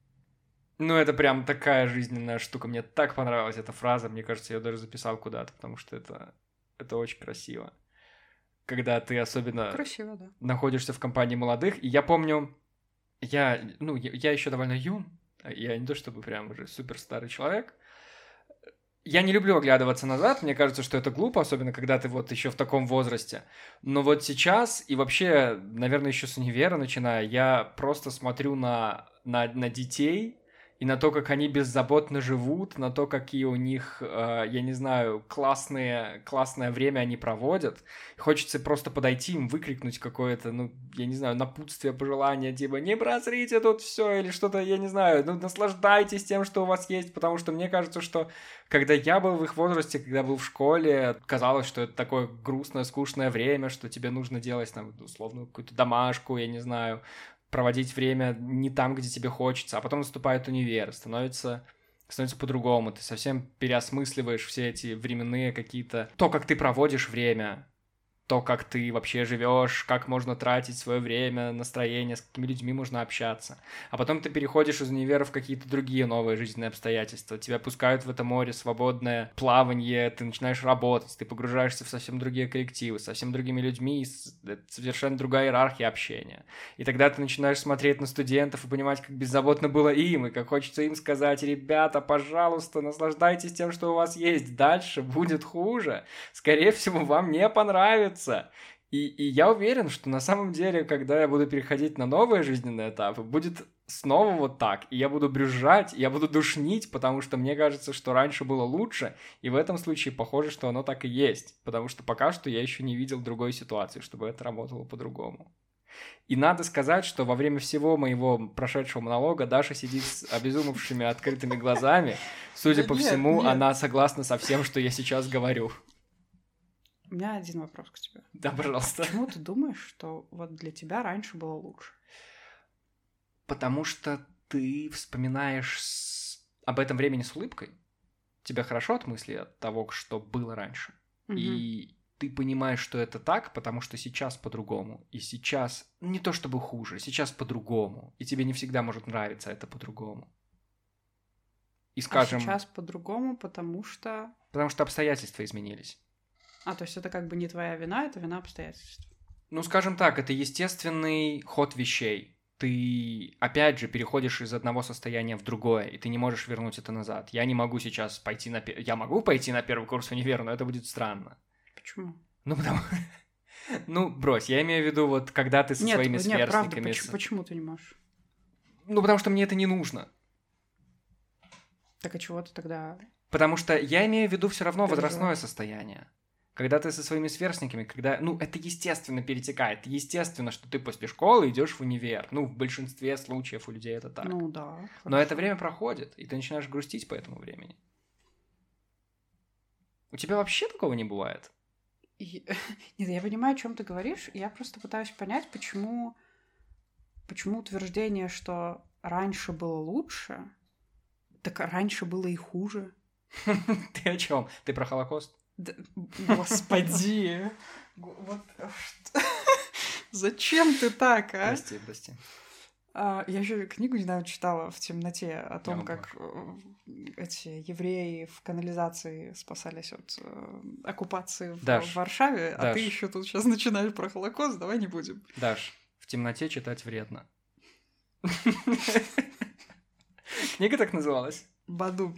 Ну, это прям такая жизненная штука. Мне так понравилась эта фраза. Мне кажется, я даже записал куда-то, потому что это, это очень красиво. Когда ты особенно Красиво, да. находишься в компании молодых. И я помню, я, ну, я, я еще довольно юн. Я не то чтобы прям уже супер старый человек. Я не люблю оглядываться назад. Мне кажется, что это глупо, особенно когда ты вот еще в таком возрасте. Но вот сейчас, и вообще, наверное, еще с универа начиная, я просто смотрю на, на, на детей и на то, как они беззаботно живут, на то, какие у них, э, я не знаю, классные, классное время они проводят. Хочется просто подойти им, выкрикнуть какое-то, ну, я не знаю, напутствие, пожелание, типа, не прозрите тут все или что-то, я не знаю, ну, наслаждайтесь тем, что у вас есть, потому что мне кажется, что когда я был в их возрасте, когда был в школе, казалось, что это такое грустное, скучное время, что тебе нужно делать, там, условно, какую-то домашку, я не знаю, проводить время не там, где тебе хочется, а потом наступает универ, становится, становится по-другому, ты совсем переосмысливаешь все эти временные какие-то... То, как ты проводишь время, то, как ты вообще живешь, как можно тратить свое время, настроение, с какими людьми можно общаться. А потом ты переходишь из универа в какие-то другие новые жизненные обстоятельства. Тебя пускают в это море, свободное плавание, ты начинаешь работать, ты погружаешься в совсем другие коллективы, с совсем другими людьми, совершенно другая иерархия общения. И тогда ты начинаешь смотреть на студентов и понимать, как беззаботно было им, и как хочется им сказать: ребята, пожалуйста, наслаждайтесь тем, что у вас есть, дальше будет хуже. Скорее всего, вам не понравится. И, и я уверен, что на самом деле, когда я буду переходить на новые жизненные этапы, будет снова вот так. И я буду брюзжать, я буду душнить, потому что мне кажется, что раньше было лучше. И в этом случае похоже, что оно так и есть. Потому что пока что я еще не видел другой ситуации, чтобы это работало по-другому. И надо сказать, что во время всего моего прошедшего монолога Даша сидит с обезумевшими открытыми глазами. Судя Да по нет, всему, нет. она согласна со всем, что я сейчас говорю. У меня один вопрос к тебе. Да, пожалуйста. Почему ты думаешь, что вот для тебя раньше было лучше? Потому что ты вспоминаешь с... об этом времени с улыбкой. Тебе хорошо от мысли от того, что было раньше. Мгм. И ты понимаешь, что это так, потому что сейчас по-другому. И сейчас не то чтобы хуже, сейчас по-другому. И тебе не всегда может нравиться это по-другому. И скажем... А сейчас по-другому, потому что... Потому что обстоятельства изменились. А, то есть это как бы не твоя вина, это вина обстоятельств. Ну, скажем так, это естественный ход вещей. Ты, опять же, переходишь из одного состояния в другое, и ты не можешь вернуть это назад. Я не могу сейчас пойти на... пе- Я могу пойти на первый курс универа, но это будет странно. Почему? Ну, потому... Ну, брось, я имею в виду, вот, когда ты со Нет, своими нет, правда, сверстниками... почему, с- почему ты не можешь? Ну, потому что мне это не нужно. Так а чего ты тогда... Потому что я имею в виду все равно Переживаю. возрастное состояние. Когда ты со своими сверстниками, когда, ну, это естественно перетекает. Естественно, что ты после школы идешь в универ. Ну, в большинстве случаев у людей это так. Ну да. Но хорошо. это время проходит, и ты начинаешь грустить по этому времени. У тебя вообще такого не бывает? И- Нет, я понимаю, о чем ты говоришь. Я просто пытаюсь понять, почему, почему утверждение, что раньше было лучше, так раньше было и хуже. Ты о чем? Ты про Холокост? Да, господи. Вот что- Зачем ты так, а? Прости, прости. А, Я еще книгу недавно читала в темноте о том, вам как э, эти евреи в канализации спасались от э, оккупации в, Даш, в Варшаве, а Даш. ты еще тут сейчас начинаешь про Холокост, давай не будем. Даш, в темноте читать вредно. Книга так называлась? Бадум.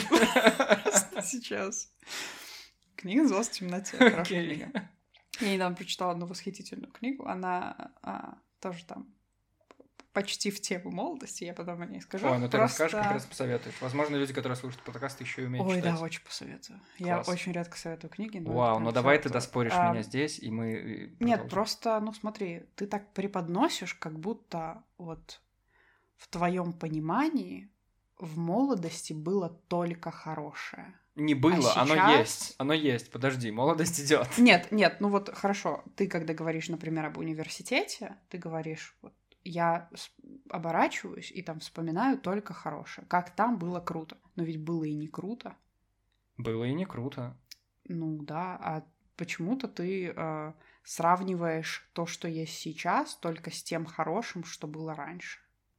Сейчас. Книга называлась «В темноте». Хорошая Окей. книга. Я недавно прочитала одну восхитительную книгу. Она а, тоже там почти в тему молодости. Я потом о ней скажу. Ой, ну ты Просто- расскажешь, как раз посоветуешь. Возможно, люди, которые слушают подкасты, еще и умеют Ой, читать. да, очень посоветую. Я Класс. очень редко советую книги. Но Вау, это ну прям давай ты советую. доспоришь А, меня здесь, и мы... э, Нет, продолжим. просто, ну смотри, ты так преподносишь, как будто вот в твоем понимании в молодости было только хорошее. Не было, А оно сейчас- есть. Оно есть, подожди, молодость идет. Нет, нет, ну вот хорошо. Ты, когда говоришь, например, об университете, ты говоришь, вот я с- оборачиваюсь и там вспоминаю только хорошее. Как там было круто. Но ведь было и не круто. Было и не круто. Ну да, а почему-то ты э, сравниваешь то, что есть сейчас, только с тем хорошим, что было раньше.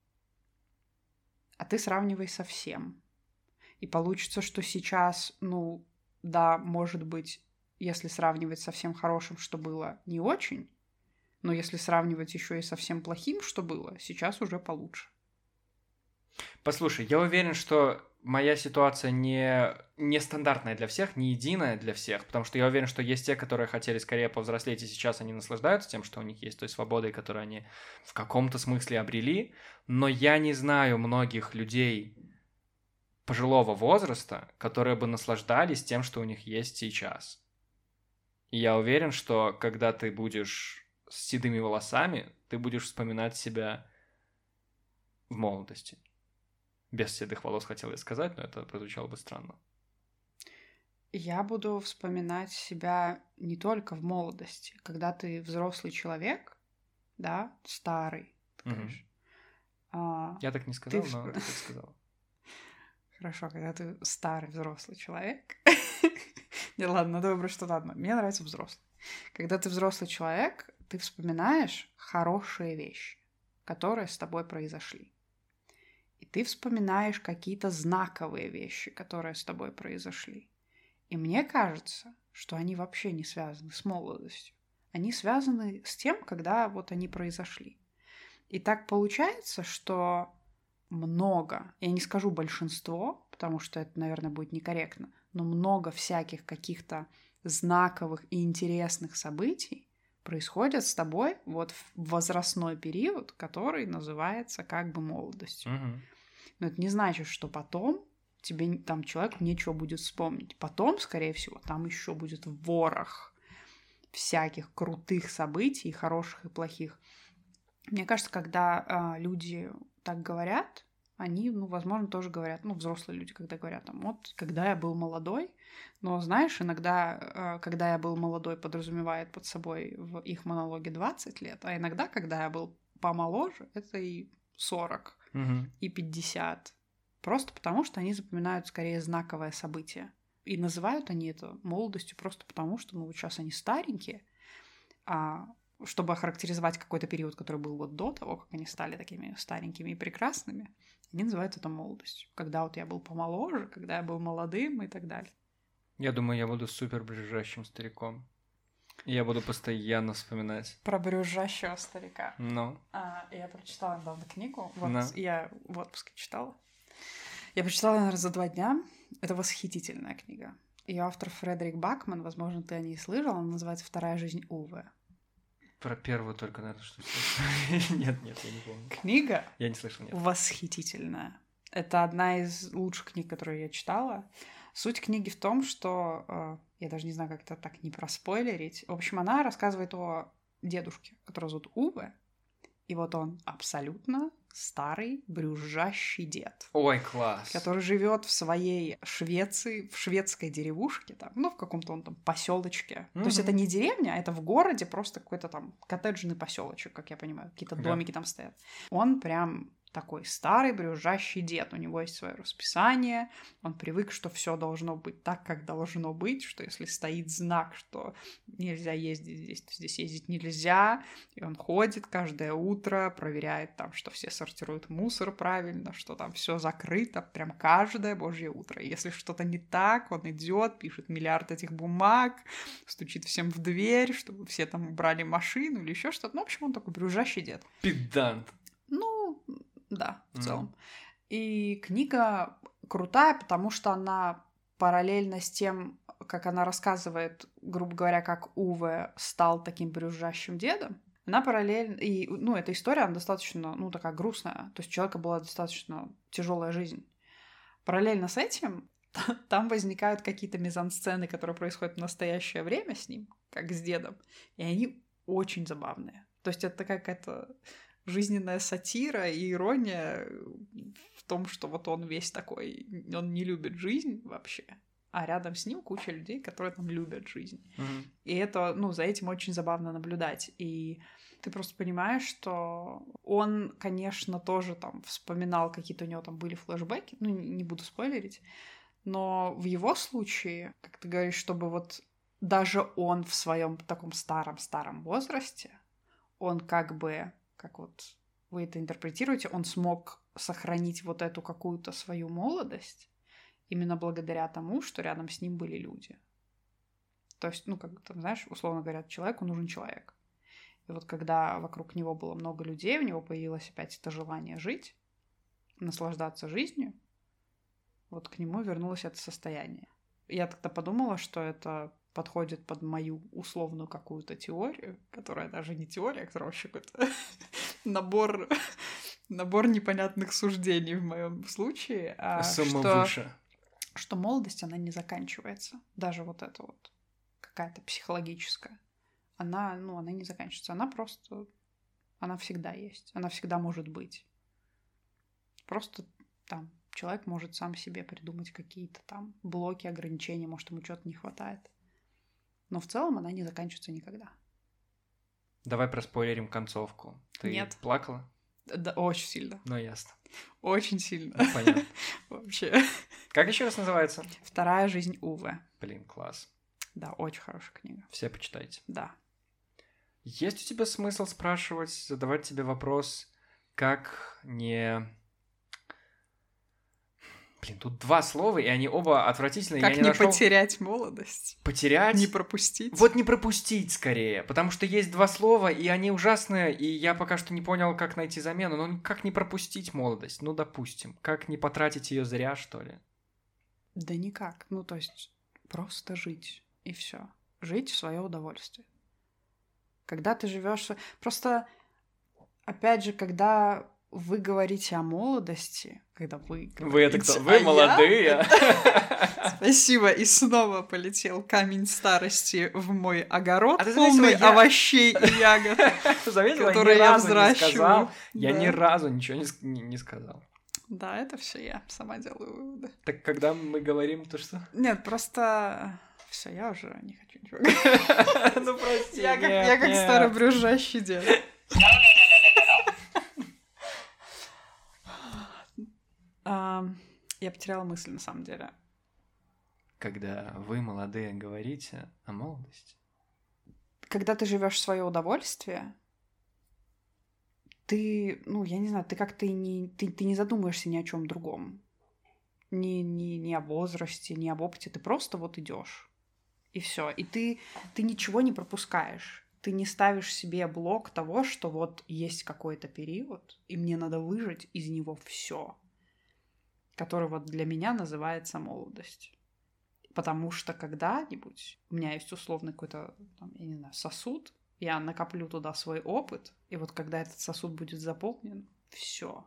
А ты сравнивай со всем. И получится, что сейчас, ну, да, может быть, если сравнивать со всем хорошим, что было, не очень, но если сравнивать еще и со всем плохим, что было, сейчас уже получше. Послушай, я уверен, что моя ситуация не, не стандартная для всех, не единая для всех, потому что я уверен, что есть те, которые хотели скорее повзрослеть, и сейчас они наслаждаются тем, что у них есть той свободой, которую они в каком-то смысле обрели, но я не знаю многих людей пожилого возраста, которые бы наслаждались тем, что у них есть сейчас. И я уверен, что когда ты будешь с седыми волосами, ты будешь вспоминать себя в молодости. Без седых волос, хотел я сказать, но это прозвучало бы странно. Я буду вспоминать себя не только в молодости, когда ты взрослый человек, да, старый, ты Мгм. говоришь. А, Я так не сказал, Ты но в- ты так сказала. Хорошо, когда ты старый взрослый человек. Не, ладно, надо выбрать что-то одно. Мне нравится взрослый. Когда ты взрослый человек, ты вспоминаешь хорошие вещи, которые с тобой произошли. И ты вспоминаешь какие-то знаковые вещи, которые с тобой произошли. И мне кажется, что они вообще не связаны с молодостью. Они связаны с тем, когда вот они произошли. И так получается, что много, я не скажу большинство, потому что это, наверное, будет некорректно, но много всяких каких-то знаковых и интересных событий происходят с тобой вот в возрастной период, который называется как бы молодостью. Мгм. Но это не значит, что потом тебе там человеку нечего будет вспомнить. Потом, скорее всего, там еще будет ворох всяких крутых событий, хороших и плохих. Мне кажется, когда а, люди так говорят, они, ну, возможно, тоже говорят, ну, взрослые люди, когда говорят, там, вот, когда я был молодой, но, знаешь, иногда, а, когда я был молодой, подразумевает под собой в их монологе двадцать лет, а иногда, когда я был помоложе, это и сорок Угу. и пятьдесят. Просто потому, что они запоминают скорее знаковое событие. И называют они это молодостью просто потому, что, ну, вот сейчас они старенькие, а чтобы охарактеризовать какой-то период, который был вот до того, как они стали такими старенькими и прекрасными, они называют это молодостью. Когда вот я был помоложе, когда я был молодым и так далее. Я думаю, я буду супер брюзжащим стариком. Я буду постоянно вспоминать. Про брюзжащего старика. Ну. А, я прочитала недавно книгу. Вот No. Я в отпуске читала. Я прочитала, наверное, за два дня. Это восхитительная книга. Ее автор Фредерик Бакман, возможно, ты о ней слышал, она называется «Вторая жизнь Уве». Про первую только, наверное, что слышал. Нет, нет, я не помню. Книга Я не слышал, нет. восхитительная. Это одна из лучших книг, которые я читала. Суть книги в том, что... э, я даже не знаю, как это так не проспойлерить. В общем, она рассказывает о дедушке, которого зовут Уве. И вот он абсолютно старый, брюзжащий дед. Ой, класс. Который живет в своей Швеции, в шведской деревушке, там, ну, в каком-то он там поселочке. Мгм. То есть это не деревня, а это в городе просто какой-то там коттеджный поселочек, как я понимаю, какие-то Ага. домики там стоят. Он прям такой старый, брюзжащий дед. У него есть свое расписание, он привык, что все должно быть так, как должно быть, что если стоит знак, что нельзя ездить здесь, то здесь ездить нельзя, и он ходит каждое утро, проверяет там, что все сортируют мусор правильно, что там все закрыто, прям каждое божье утро. И если что-то не так, он идет, пишет миллиард этих бумаг, стучит всем в дверь, чтобы все там убрали машину или еще что-то. Ну, в общем, он такой брюзжащий дед. Педант. Ну, да, в Мгм. целом. И книга крутая, потому что она параллельно с тем, как она рассказывает, грубо говоря, как Уве стал таким брюзжащим дедом, она параллельно... И, ну, эта история, она достаточно, ну, такая грустная. То есть у человека была достаточно тяжелая жизнь. Параллельно с этим там возникают какие-то мизансцены, которые происходят в настоящее время с ним, как с дедом, и они очень забавные. То есть это какая-то жизненная сатира и ирония в том, что вот он весь такой, он не любит жизнь вообще, а рядом с ним куча людей, которые там любят жизнь. Мгм. И это, ну, за этим очень забавно наблюдать. И ты просто понимаешь, что он, конечно, тоже там вспоминал, какие-то у него там были флешбеки, ну, не не буду спойлерить, но в его случае, как ты говоришь, чтобы вот даже он в своем таком старом-старом возрасте, он как бы, как вот вы это интерпретируете, он смог сохранить вот эту какую-то свою молодость именно благодаря тому, что рядом с ним были люди. То есть, ну, как бы там, знаешь, условно говоря, человеку нужен человек. И вот когда вокруг него было много людей, у него появилось опять это желание жить, наслаждаться жизнью, вот к нему вернулось это состояние. Я тогда подумала, что это подходит под мою условную какую-то теорию, которая даже не теория, а которая вообще какой-то набор, набор непонятных суждений в моем случае. А что, Самовыше. что молодость, она не заканчивается. Даже вот эта вот какая-то психологическая. Она, ну, она не заканчивается. Она просто... Она всегда есть. Она всегда может быть. Просто там человек может сам себе придумать какие-то там блоки, ограничения, может, ему чего-то не хватает. Но в целом она не заканчивается никогда. Давай проспойлерим концовку. Ты Нет. плакала? Да, очень сильно. Ну, ясно. Очень сильно. Ну, понятно. Вообще. Как еще раз называется? «Вторая жизнь Уве». Блин, класс. Да, очень хорошая книга. Все почитайте. Да. Есть у тебя смысл спрашивать, задавать тебе вопрос, как не... Блин, тут два слова, и они оба отвратительные. Как Я не, не нашел... потерять молодость? Потерять? Не пропустить? Вот не пропустить скорее, потому что есть два слова, и они ужасные, и я пока что не понял, как найти замену. Но как не пропустить молодость? Ну, допустим. Как не потратить ее зря, что ли? Да никак. Ну, то есть просто жить, и все. Жить в свое удовольствие. Когда ты живешь... Просто, опять же, когда вы говорите о молодости, когда вы... Вы это кто? Вы а молодые. я- Спасибо. И снова полетел камень старости в мой огород, А ты полный заметила, я- овощей и ягод, Заметила, которые ни я разу не сказал. взращиваю. Я Да. ни разу ничего не, с- не- не сказал. Да, это все я сама делаю выводы. Так когда мы говорим, то что? Нет, просто... Все, я уже не хочу ничего говорить. Ну, прости. Я как, нет, я как нет. старый брюзжащий дед. А, я потеряла мысль, на самом деле. Когда вы, молодые, говорите о молодости. Когда ты живешь в свое удовольствие, ты, ну, я не знаю, ты как-то и не, ты, ты не задумаешься ни о чем другом. Ни, ни, ни о возрасте, ни об опыте. Ты просто вот идешь. И все. И ты, ты ничего не пропускаешь. Ты не ставишь себе блок того, что вот есть какой-то период, и мне надо выжать из него все, который вот для меня называется молодость. Потому что когда-нибудь у меня есть условно какой-то, там, я не знаю, сосуд, я накоплю туда свой опыт, и вот когда этот сосуд будет заполнен, все.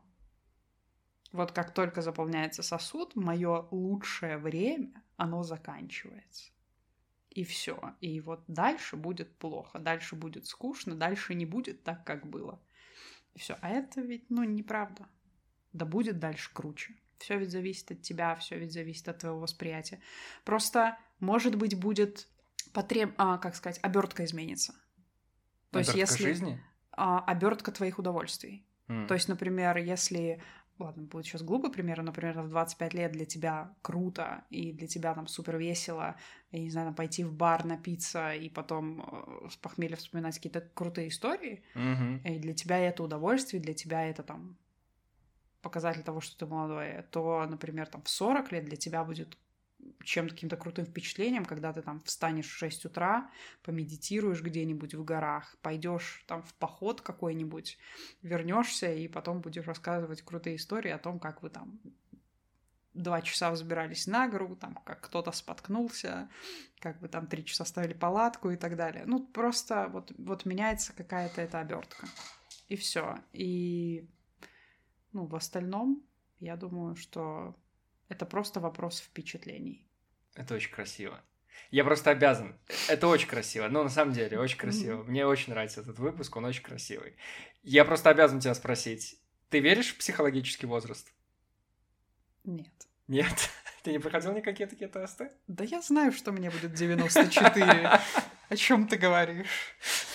Вот как только заполняется сосуд, мое лучшее время, оно заканчивается. И все. И вот дальше будет плохо, дальше будет скучно, дальше не будет так, как было. И все. А это ведь, ну, неправда. Да будет дальше круче. Все ведь зависит от тебя, все ведь зависит от твоего восприятия. Просто, может быть, будет потреб... а, как сказать, обертка изменится. То обертка есть, если... жизни? А, обертка твоих удовольствий. Mm. То есть, например, если... Ладно, будет сейчас глупый пример, например, в двадцать пять лет для тебя круто, и для тебя там супер весело, я не знаю, там, пойти в бар, напиться, и потом э, с похмелья вспоминать какие-то крутые истории, Mm-hmm. и для тебя это удовольствие, для тебя это там показатель того, что ты молодой, то, например, там в сорок лет для тебя будет чем-то, каким-то крутым впечатлением, когда ты там встанешь в шесть утра, помедитируешь где-нибудь в горах, пойдешь там в поход какой-нибудь, вернешься и потом будешь рассказывать крутые истории о том, как вы там два часа взбирались на гору, там, как кто-то споткнулся, как вы там три часа ставили палатку и так далее. Ну, просто вот, вот меняется какая-то эта обертка. И все. И ну, в остальном, я думаю, что это просто вопрос впечатлений. Это очень красиво. Я просто обязан. Это очень красиво. Ну, на самом деле, очень красиво. Мне очень нравится этот выпуск, он очень красивый. Я просто обязан тебя спросить. Ты веришь в психологический возраст? Нет. Нет? Ты не проходил никакие такие тесты? Да я знаю, что мне будет девяносто четыре. О чем ты говоришь?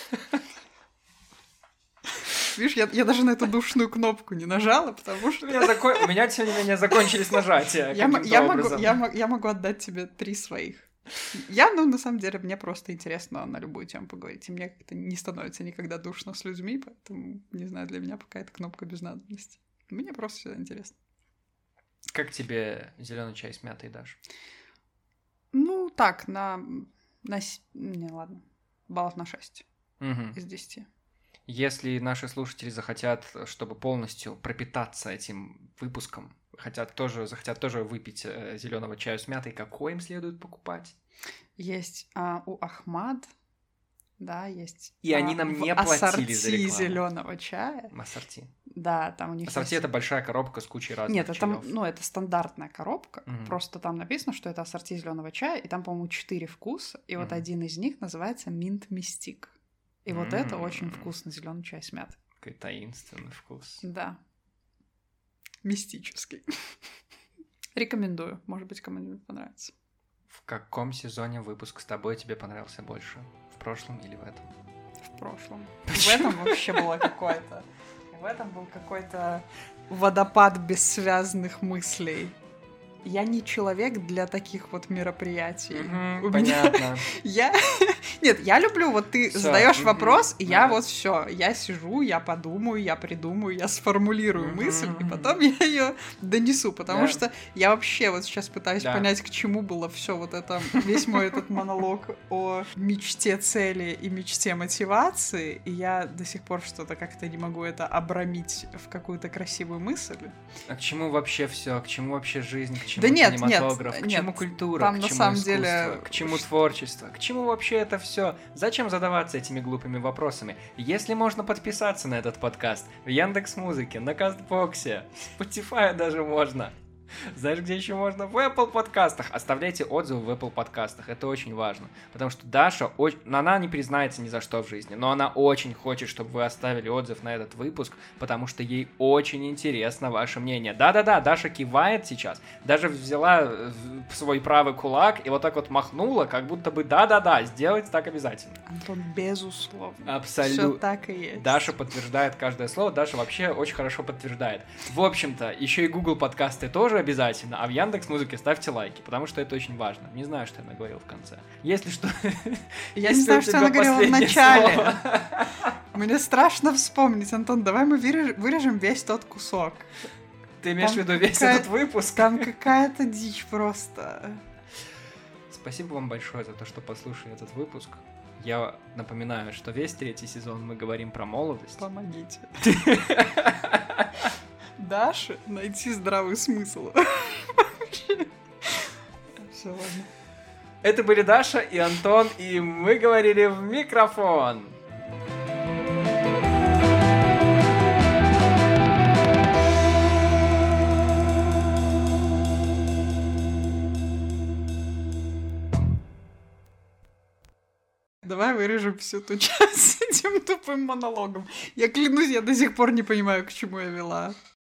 Видишь, я, я даже на эту душную кнопку не нажала, потому что... У меня, зако... У меня тем не менее, закончились нажатия. Я, я, могу, я, я могу отдать тебе три своих. Я, ну, на самом деле, мне просто интересно на любую тему поговорить. И мне как-то не становится никогда душно с людьми, поэтому, не знаю, для меня пока это кнопка без надобности. Мне просто всегда интересно. Как тебе зеленый чай с мятой, Даш? Ну, так, на... на... Не, ладно. Баллов на шесть угу. из десяти. Если наши слушатели захотят, чтобы полностью пропитаться этим выпуском, хотят тоже, захотят тоже выпить э, зеленого чая с мятой, какой им следует покупать? Есть а, у Ахмад, да, есть. И а, они нам не платили за рекламу. Зеленого чая. Ассорти. Да, там у них. Ассорти есть... это большая коробка с кучей разных Нет, чаев. это, ну, это стандартная коробка. Угу. Просто там написано, что это ассорти зеленого чая, и там, по-моему, четыре вкуса. И угу. вот один из них называется Mint Mystic. И mm-hmm. вот это очень вкусно, зеленый чай с мятой. Какой таинственный вкус. Да. Мистический. Рекомендую. Может быть, кому-нибудь понравится. В каком сезоне выпуск с тобой тебе понравился больше? В прошлом или в этом? В прошлом. В этом вообще было какое-то... В этом был какой-то водопад бессвязных мыслей. Я не человек для таких вот мероприятий. Угу, понятно. Меня... Я... Нет, я люблю, вот ты всё. задаешь угу. вопрос, и да. я вот все, я сижу, я подумаю, я придумаю, я сформулирую угу. мысль, и потом я ее донесу, потому да. что я вообще вот сейчас пытаюсь да. понять, к чему было все вот это, весь мой этот монолог о мечте цели и мечте мотивации, и я до сих пор что-то как-то не могу это обрамить в какую-то красивую мысль. А к чему вообще все? К чему вообще жизнь? К чему да нет, кинематограф? Нет, к чему нет, культура? там к на чему самом искусство? деле... К чему творчество? К чему вообще это все? Зачем задаваться этими глупыми вопросами? Если можно подписаться на этот подкаст в Яндекс.Музыке, на Кастбоксе, Spotify даже можно. Знаешь, где еще можно? В Apple подкастах. Оставляйте отзывы в Apple подкастах. Это очень важно. Потому что Даша, очень... она не признается ни за что в жизни, но она очень хочет, чтобы вы оставили отзыв на этот выпуск, потому что ей очень интересно ваше мнение. Да-да-да, Даша кивает сейчас. Даже взяла в свой правый кулак и вот так вот махнула, как будто бы да-да-да, сделать так обязательно. Антон, безусловно. Абсолютно. Все так и есть. Даша подтверждает каждое слово. Даша вообще очень хорошо подтверждает. В общем-то, еще и Google подкасты тоже обязательно, а в Яндекс.Музыке ставьте лайки, потому что это очень важно. Не знаю, что я наговорил в конце. Если что... Я не знаю, что я наговорила в начале. Мне страшно вспомнить. Антон, давай мы вырежем весь тот кусок. Ты имеешь в виду весь этот выпуск? Там какая-то дичь просто. Спасибо вам большое за то, что послушали этот выпуск. Я напоминаю, что весь третий сезон мы говорим про молодость. Помогите. Даше найти здравый смысл. Все, ладно. Это были Даша и Антон, и мы говорили в микрофон. Давай вырежем всю ту часть с этим тупым монологом. Я клянусь, я до сих пор не понимаю, к чему я вела.